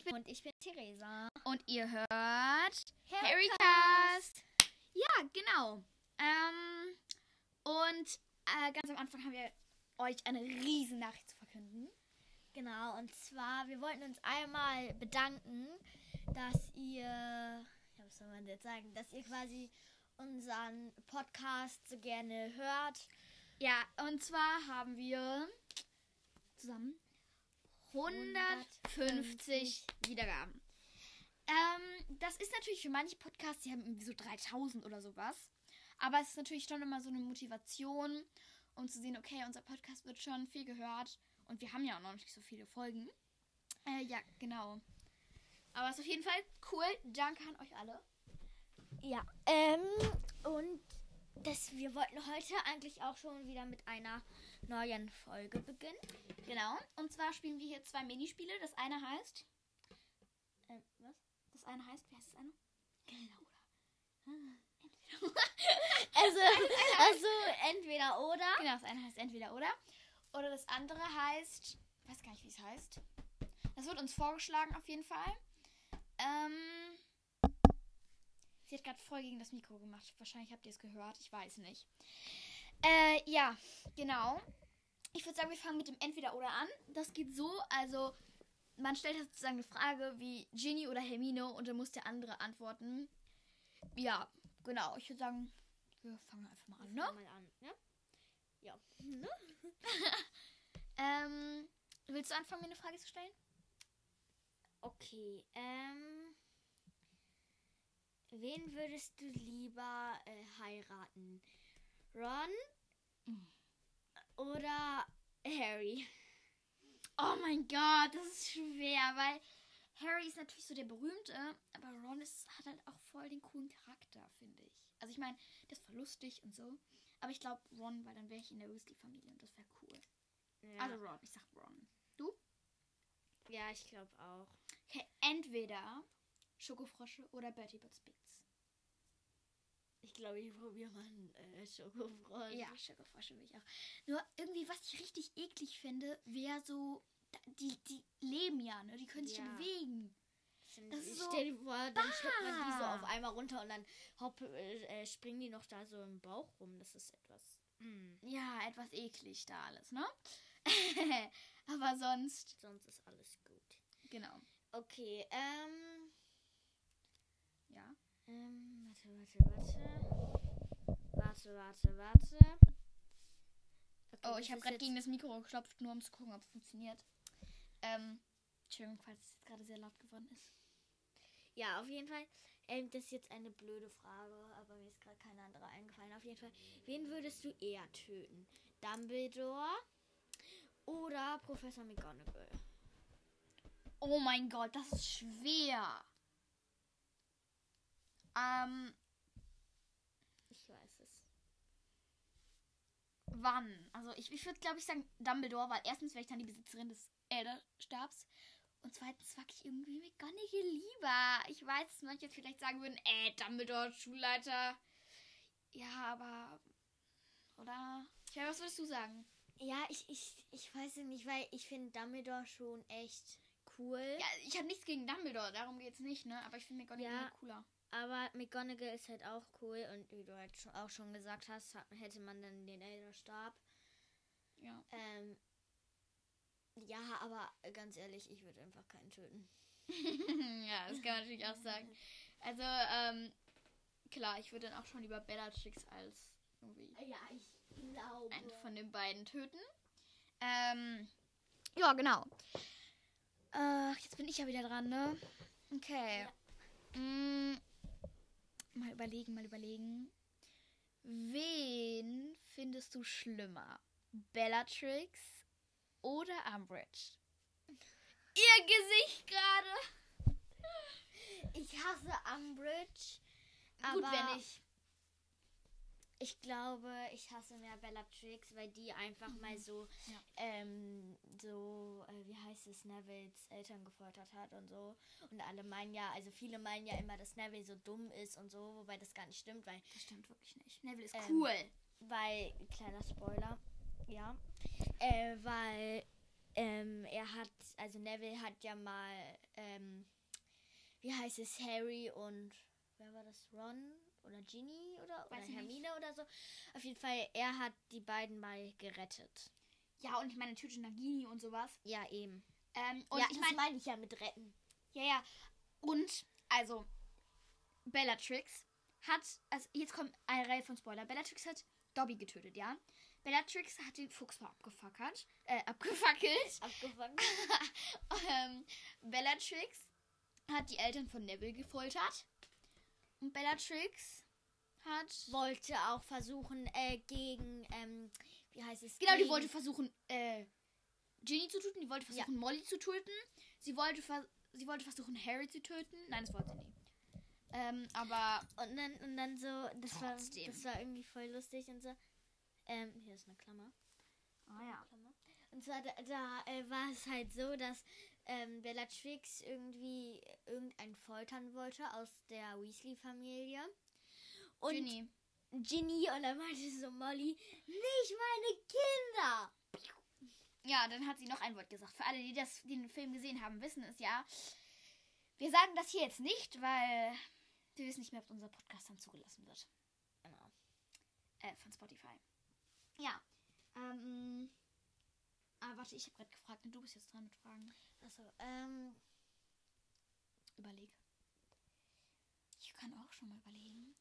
ich bin Theresa. Und ihr hört Harrycast. Ja, genau. Und ganz am Anfang haben wir euch eine riesen Nachricht zu verkünden. Genau, und zwar, wir wollten uns einmal bedanken, dass ihr, ja, was soll man jetzt sagen, dass ihr quasi unseren Podcast so gerne hört. Ja, und zwar haben wir zusammen 150 Wiedergaben. Das ist natürlich für manche Podcasts, die haben irgendwie so 3000 oder sowas. Aber es ist natürlich schon immer so eine Motivation, um zu sehen, okay, unser Podcast wird schon viel gehört. Und wir haben ja auch noch nicht so viele Folgen. Ja, genau. Aber es ist auf jeden Fall cool. Danke an euch alle. Ja, und wir wollten heute eigentlich auch schon wieder mit einer neuen Folge beginnen. Genau. Und zwar spielen wir hier 2 Minispiele. Das eine heißt... Was? Das eine heißt... Wie heißt das eine? Genau. Also entweder oder. Genau, das eine heißt entweder oder. Oder das andere heißt... Ich weiß gar nicht, wie es heißt. Das wird uns vorgeschlagen auf jeden Fall. Sie hat gerade voll gegen das Mikro gemacht. Wahrscheinlich habt ihr es gehört. Ich weiß nicht. Ja, genau. Ich würde sagen, wir fangen mit dem Entweder-Oder an. Das geht so, also man stellt sozusagen eine Frage wie Ginny oder Hermine und dann muss der andere antworten. Ja, genau. Ich würde sagen, wir fangen einfach mal an, ne? Mal an, ne? Ja. Willst du anfangen, mir eine Frage zu stellen? Okay, wen würdest du lieber heiraten? Ron oder Harry? Oh mein Gott, das ist schwer, weil Harry ist natürlich so der Berühmte, aber Ron hat halt auch voll den coolen Charakter, finde ich. Also ich meine, der ist voll lustig und so, aber ich glaube Ron, weil dann wäre ich in der Weasley-Familie und das wäre cool. Ja. Also Ron, ich sag Ron. Du? Ja, ich glaube auch. Okay, entweder Schokofrosche oder Bertie Bott's Bits. Ich glaube, ich probiere mal einen Schokofrosch. Ja, Schokofrosche will ich auch. Nur irgendwie, was ich richtig eklig finde, wäre so, die leben ja, ne? Die können sich ja bewegen. Das ist so, stell dir vor, dann schluckt man die so auf einmal runter und dann springen die noch da so im Bauch rum. Das ist etwas... Ja, etwas eklig da alles, ne? Aber sonst... Sonst ist alles gut. Genau. Okay, Ja. Warte. Okay, Oh, ich habe gerade gegen das Mikro geklopft, nur um zu gucken, ob es funktioniert. Entschuldigung, falls es jetzt gerade sehr laut geworden ist. Ja, auf jeden Fall. Das ist jetzt eine blöde Frage, aber mir ist gerade keine andere eingefallen. Auf jeden Fall, wen würdest du eher töten? Dumbledore oder Professor McGonagall? Oh mein Gott, das ist schwer. Ich weiß es. Wann? Also ich würde, glaube ich, sagen Dumbledore, weil erstens wäre ich dann die Besitzerin des Elderstabs und zweitens mag ich irgendwie McGonagall lieber. Ich weiß, dass manche jetzt vielleicht sagen würden, Dumbledore, Schulleiter. Ja, aber... Oder? Ja, was würdest du sagen? Ja, ich weiß es nicht, weil ich finde Dumbledore schon echt cool. Ja, ich habe nichts gegen Dumbledore, darum geht's nicht, ne? Aber ich finde McGonagall cooler. Aber McGonagall ist halt auch cool und wie du halt auch schon gesagt hast, hätte man dann den Elderstab. Ja. Ja, aber ganz ehrlich, ich würde einfach keinen töten. Ja, das kann man natürlich auch sagen. Also, klar, ich würde dann auch schon lieber Bellatrix als irgendwie Ja, ich glaube. einen von den beiden töten. Ja, genau. Jetzt bin ich ja wieder dran, ne? Okay. Ja. Mal überlegen. Wen findest du schlimmer? Bellatrix oder Umbridge? Ihr Gesicht gerade. Ich hasse Umbridge. Gut, Aber wenn ich... Ich glaube, ich hasse mehr Bellatrix, weil die einfach mal so, wie heißt es, Nevilles Eltern gefoltert hat und so. Und alle meinen ja, also viele meinen ja immer, dass Neville so dumm ist und so, wobei das gar nicht stimmt, weil... Das stimmt wirklich nicht. Neville ist cool. Weil, kleiner Spoiler, ja, weil er hat also Neville hat ja mal, wie heißt es, Harry und, wer war das, Ron oder Ginny oder Hermine oder so. Auf jeden Fall, er hat die beiden mal gerettet. Ja, und ich meine Tüte Nagini und sowas. Ja, eben. Und ja, ich das meine ich ja mit retten. Ja. Und, also, Bellatrix hat, also jetzt kommt eine Reihe von Spoiler. Bellatrix hat Dobby getötet, ja? Bellatrix hat den Fuchs mal abgefackelt. Bellatrix hat die Eltern von Neville gefoltert. Und Bellatrix wollte auch versuchen, gegen, wie heißt es? Genau, die wollte versuchen, Ginny zu töten. Die wollte versuchen, Molly zu töten. Sie wollte versuchen, Harry zu töten. Nein, das wollte sie nicht. Aber... Und dann so, das war irgendwie voll lustig und so. Hier ist eine Klammer. Ah ja. Und zwar, da war es halt so, dass Bellatrix irgendwie irgendeinen foltern wollte aus der Weasley-Familie. Und Ginny, und dann meinte so Molly, nicht meine Kinder! Ja, dann hat sie noch ein Wort gesagt. Für alle, die den Film gesehen haben, wissen es ja. Wir sagen das hier jetzt nicht, weil wir wissen nicht mehr, ob unser Podcast dann zugelassen wird. Genau. Von Spotify. Ja. Warte, ich habe gerade gefragt und du bist jetzt dran mit Fragen. Achso, Überleg. Ich kann auch schon mal überlegen.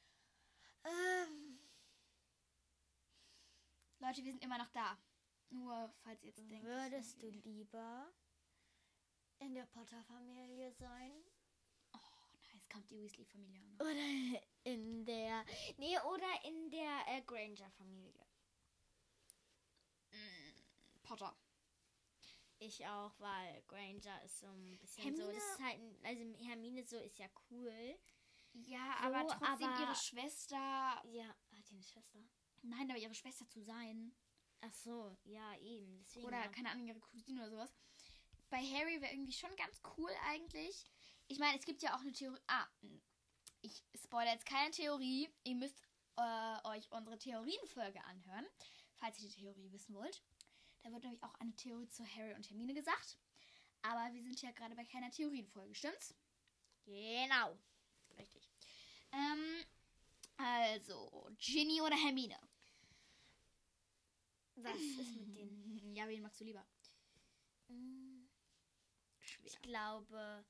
Leute, wir sind immer noch da. Nur, falls ihr jetzt denkt... Würdest du lieber in der Potter-Familie sein? Oh, nice. Kommt die Weasley-Familie an. Oder in der... Nee, oder in der Granger-Familie. Potter. Ich auch, weil Granger ist so ein bisschen Hermine? so... Das ist halt, also Hermine so ist ja cool. Ja, so, aber trotzdem ihre Schwester... Ja, hat die eine Schwester? Nein, aber ihre Schwester zu sein. Ach so, ja, eben. Deswegen, oder, keine Ahnung, ihre Cousine oder sowas. Bei Harry wäre irgendwie schon ganz cool eigentlich. Ich meine, es gibt ja auch eine Theorie... ich spoilere jetzt keine Theorie. Ihr müsst euch unsere Theorienfolge anhören, falls ihr die Theorie wissen wollt. Da wird nämlich auch eine Theorie zu Harry und Hermine gesagt. Aber wir sind ja gerade bei keiner Theorienfolge, stimmt's? Genau. Richtig. Also, Ginny oder Hermine? Was ist mit denen? Ja, wen magst du lieber? Schwer. Ich glaube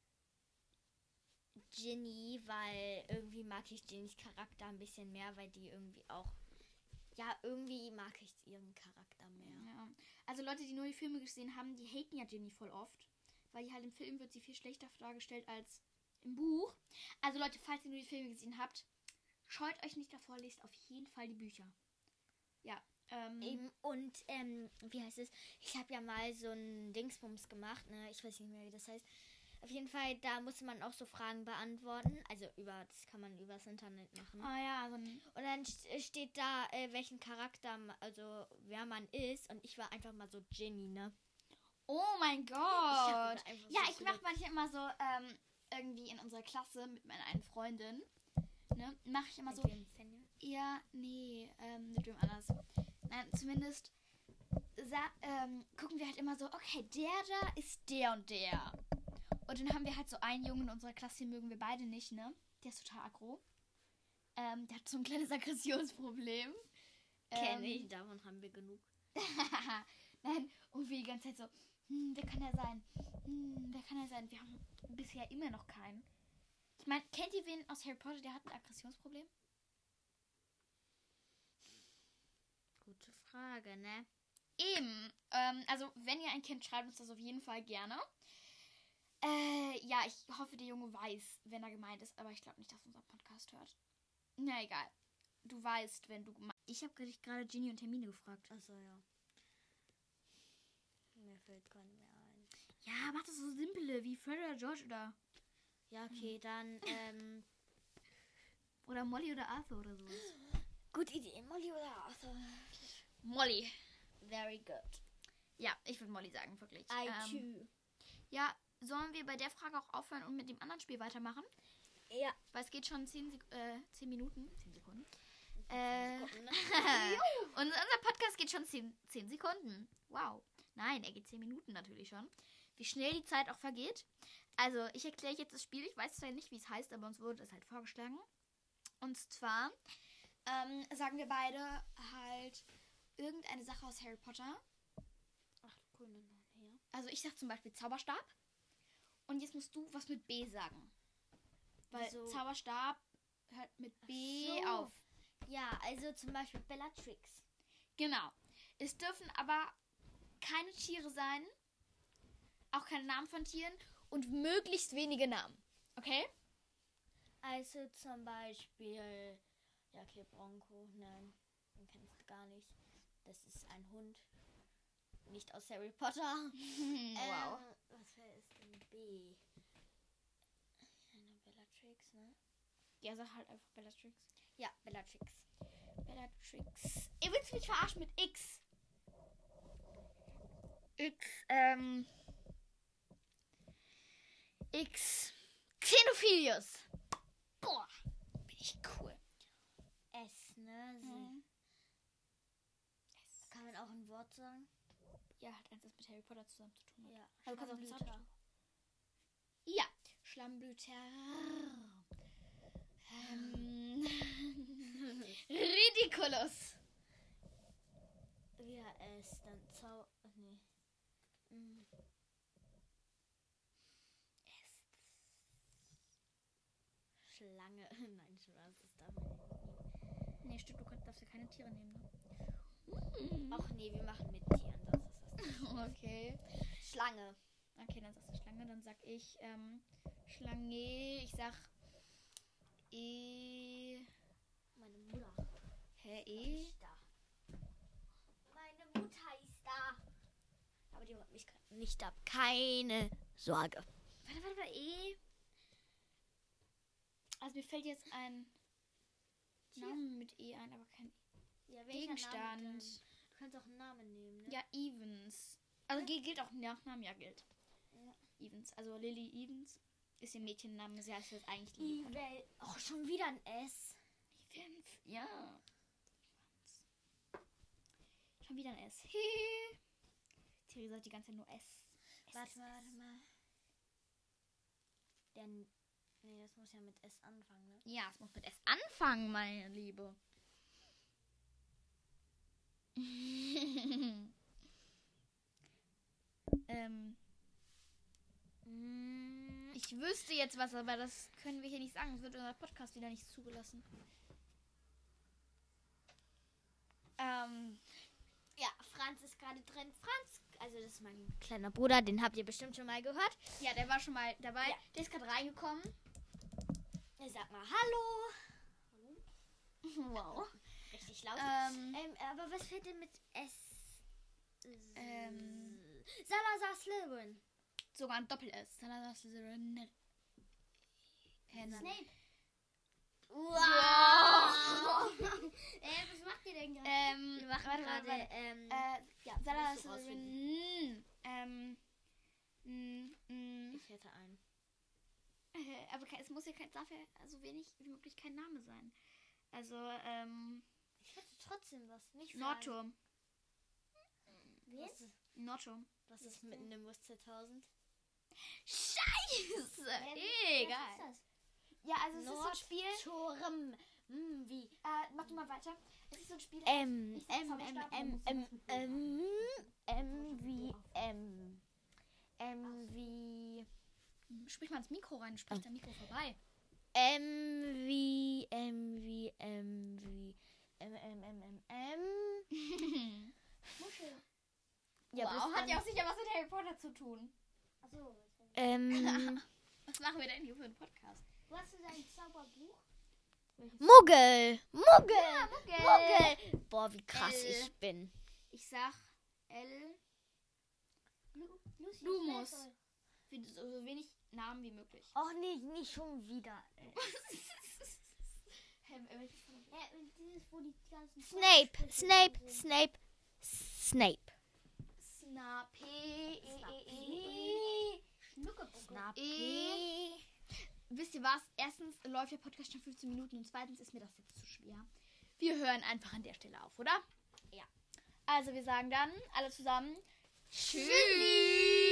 Ginny, weil irgendwie mag ich Ginnys Charakter ein bisschen mehr, weil die irgendwie auch... Ja, irgendwie mag ich ihren Charakter mehr. Ja. Also Leute, die nur die Filme gesehen haben, die haten ja Ginny voll oft. Weil die halt im Film wird sie viel schlechter dargestellt als im Buch. Also Leute, falls ihr nur die Filme gesehen habt, scheut euch nicht davor, lest auf jeden Fall die Bücher. Ja. Eben, und, wie heißt es? Ich habe ja mal so ein Dingsbums gemacht, ne? Ich weiß nicht mehr, wie das heißt. Auf jeden Fall, da musste man auch so Fragen beantworten. Also das kann man übers Internet machen. Ah ja, so und dann steht da, welchen Charakter, also wer man ist. Und ich war einfach mal so Ginny, ne? Oh mein Gott. Ich mache manchmal immer so, irgendwie in unserer Klasse mit meiner einen Freundin, ne? Mache ich immer so. Ja, nee, mit wem anders. Nein, zumindest gucken wir halt immer so, okay, der da ist der und der. Und dann haben wir halt so einen Jungen in unserer Klasse, den mögen wir beide nicht, ne? Der ist total aggro. Der hat so ein kleines Aggressionsproblem. Kenn ich, davon haben wir genug. Nein, und wir die ganze Zeit so, wer kann er sein? Wer kann er sein? Wir haben bisher immer noch keinen. Ich meine, kennt ihr wen aus Harry Potter, der hat ein Aggressionsproblem? Gute Frage, ne? Eben. Also, wenn ihr einen kennt, schreibt uns das auf jeden Fall gerne. Ja, ich hoffe, der Junge weiß, wenn er gemeint ist, aber ich glaube nicht, dass unser Podcast hört. Na, egal. Du weißt, wenn du gemeint... Ich habe dich gerade Ginny und Hermine gefragt. Achso, ja. Mir fällt keine mehr ein. Ja, mach das so simple, wie Fred oder George oder... Ja, okay, dann, oder Molly oder Arthur oder sowas. Gute Idee, Molly oder Arthur? Molly. Very good. Ja, ich würde Molly sagen, wirklich. I too. Ja, sollen wir bei der Frage auch aufhören und mit dem anderen Spiel weitermachen? Ja. Weil es geht schon 10 Minuten. 10 Sekunden. Und unser Podcast geht schon 10 Sekunden. Wow. Nein, er geht 10 Minuten natürlich schon. Wie schnell die Zeit auch vergeht. Also, ich erkläre jetzt das Spiel. Ich weiß zwar nicht, wie es heißt, aber uns wurde es halt vorgeschlagen. Und zwar sagen wir beide halt irgendeine Sache aus Harry Potter. Ach, cool, ja. Also, ich sag zum Beispiel Zauberstab. Und jetzt musst du was mit B sagen. Weil So. Zauberstab hört mit B so. auf. Ja, also zum Beispiel Bellatrix. Genau. Es dürfen aber keine Tiere sein. Auch keine Namen von Tieren. Und möglichst wenige Namen. Okay? Also zum Beispiel, ja okay, Bronco, nein, den kennst du gar nicht. Das ist ein Hund, nicht aus Harry Potter. Wow. Was ist denn B? Eine Bellatrix, ne? Ja, sag halt einfach Bellatrix. Ja, Bellatrix. Bellatrix. Ihr willst mich verarschen mit X. X. Xenophilius. Boah, bin ich cool. S, ne? Kann man auch ein Wort sagen? Ja, hat eins, das mit Harry Potter zusammen zu tun hat. Ja. Also kannst du auch einen Schlammblüter. Sound- Ja. Schlammblüter. Ridiculous. Ja, S, dann nee. Schlange. Nein, Spaß, das darf man nicht nehmen. Nee, stimmt, du darfst ja keine Tiere nehmen, ne? Ach nee, wir machen mit Tieren, das ist das. Okay. Schlange. Okay, dann sagst du Schlange, dann sag ich Schlange. Ich sag Meine Mutter. Hä, Ist da. Meine Mutter ist da. Aber die holt mich nicht ab. Keine Sorge. Warte, Also mir fällt jetzt ein Name mit E ein, aber kein Ja, Gegenstand. Du kannst auch einen Namen nehmen, ne? Ja, Evans. Also gilt auch Nachnamen, ja, gilt. Ja. Evans. Also Lily Evans ist ihr Mädchenname. Sie heißt jetzt eigentlich Lily. Oh, schon wieder ein S. Evans, ja. Schon wieder ein S. Thierry sagt die ganze Zeit nur S. Warte mal. Denn. Nee, das muss ja mit S anfangen, ne? Ja, es muss mit S anfangen, meine Liebe. Ich wüsste jetzt was, aber das können wir hier nicht sagen. Das wird unser Podcast wieder nicht zugelassen. Ja, Franz ist gerade drin. Franz, also das ist mein kleiner Bruder, den habt ihr bestimmt schon mal gehört. Ja, der war schon mal dabei. Ja. Der ist gerade reingekommen. Ich sag mal Hallo. Wow. Richtig laut. Aber was fehlt denn mit S? Salazar Slytherin. Sogar ein Doppel-S. Snape. Wow. Was macht ihr denn gerade? Wir machen warte. ja, Salazar musst du rausfinden. Slytherin. Ich hätte einen. Aber es muss ja darf ja so wenig wie möglich kein Name sein. Also, Ich hätte trotzdem was. Nicht Nordturm. Was? Nordturm. Was ist mitten im Mustertausend? Scheiße! Egal. Was ist das? Ja, also es ist so ein Spiel. Nordturm. Wie? Mach du mal weiter. Es ist so ein Spiel. wie. Sprich mal ins Mikro rein, sprich dein Mikro vorbei. Muschel. Ja, wow, hat ja auch sicher was mit Harry Potter zu tun. Achso. Was machen wir denn hier für einen Podcast? Wo hast du dein Zauberbuch? Muggel! Ja, Muggel! Boah, wie krass L. ich bin. Ich sag L. Lucius Lumus. Malfoy. Für so wenig Namen wie möglich. Och nee, nicht schon wieder. Dieses, wo die ganzen Snape. Snape. Snape. Wisst ihr was? Erstens läuft der Podcast schon 15 Minuten und zweitens ist mir das jetzt zu schwer. Wir hören einfach an der Stelle auf, oder? Ja. Also wir sagen dann alle zusammen Tschüss.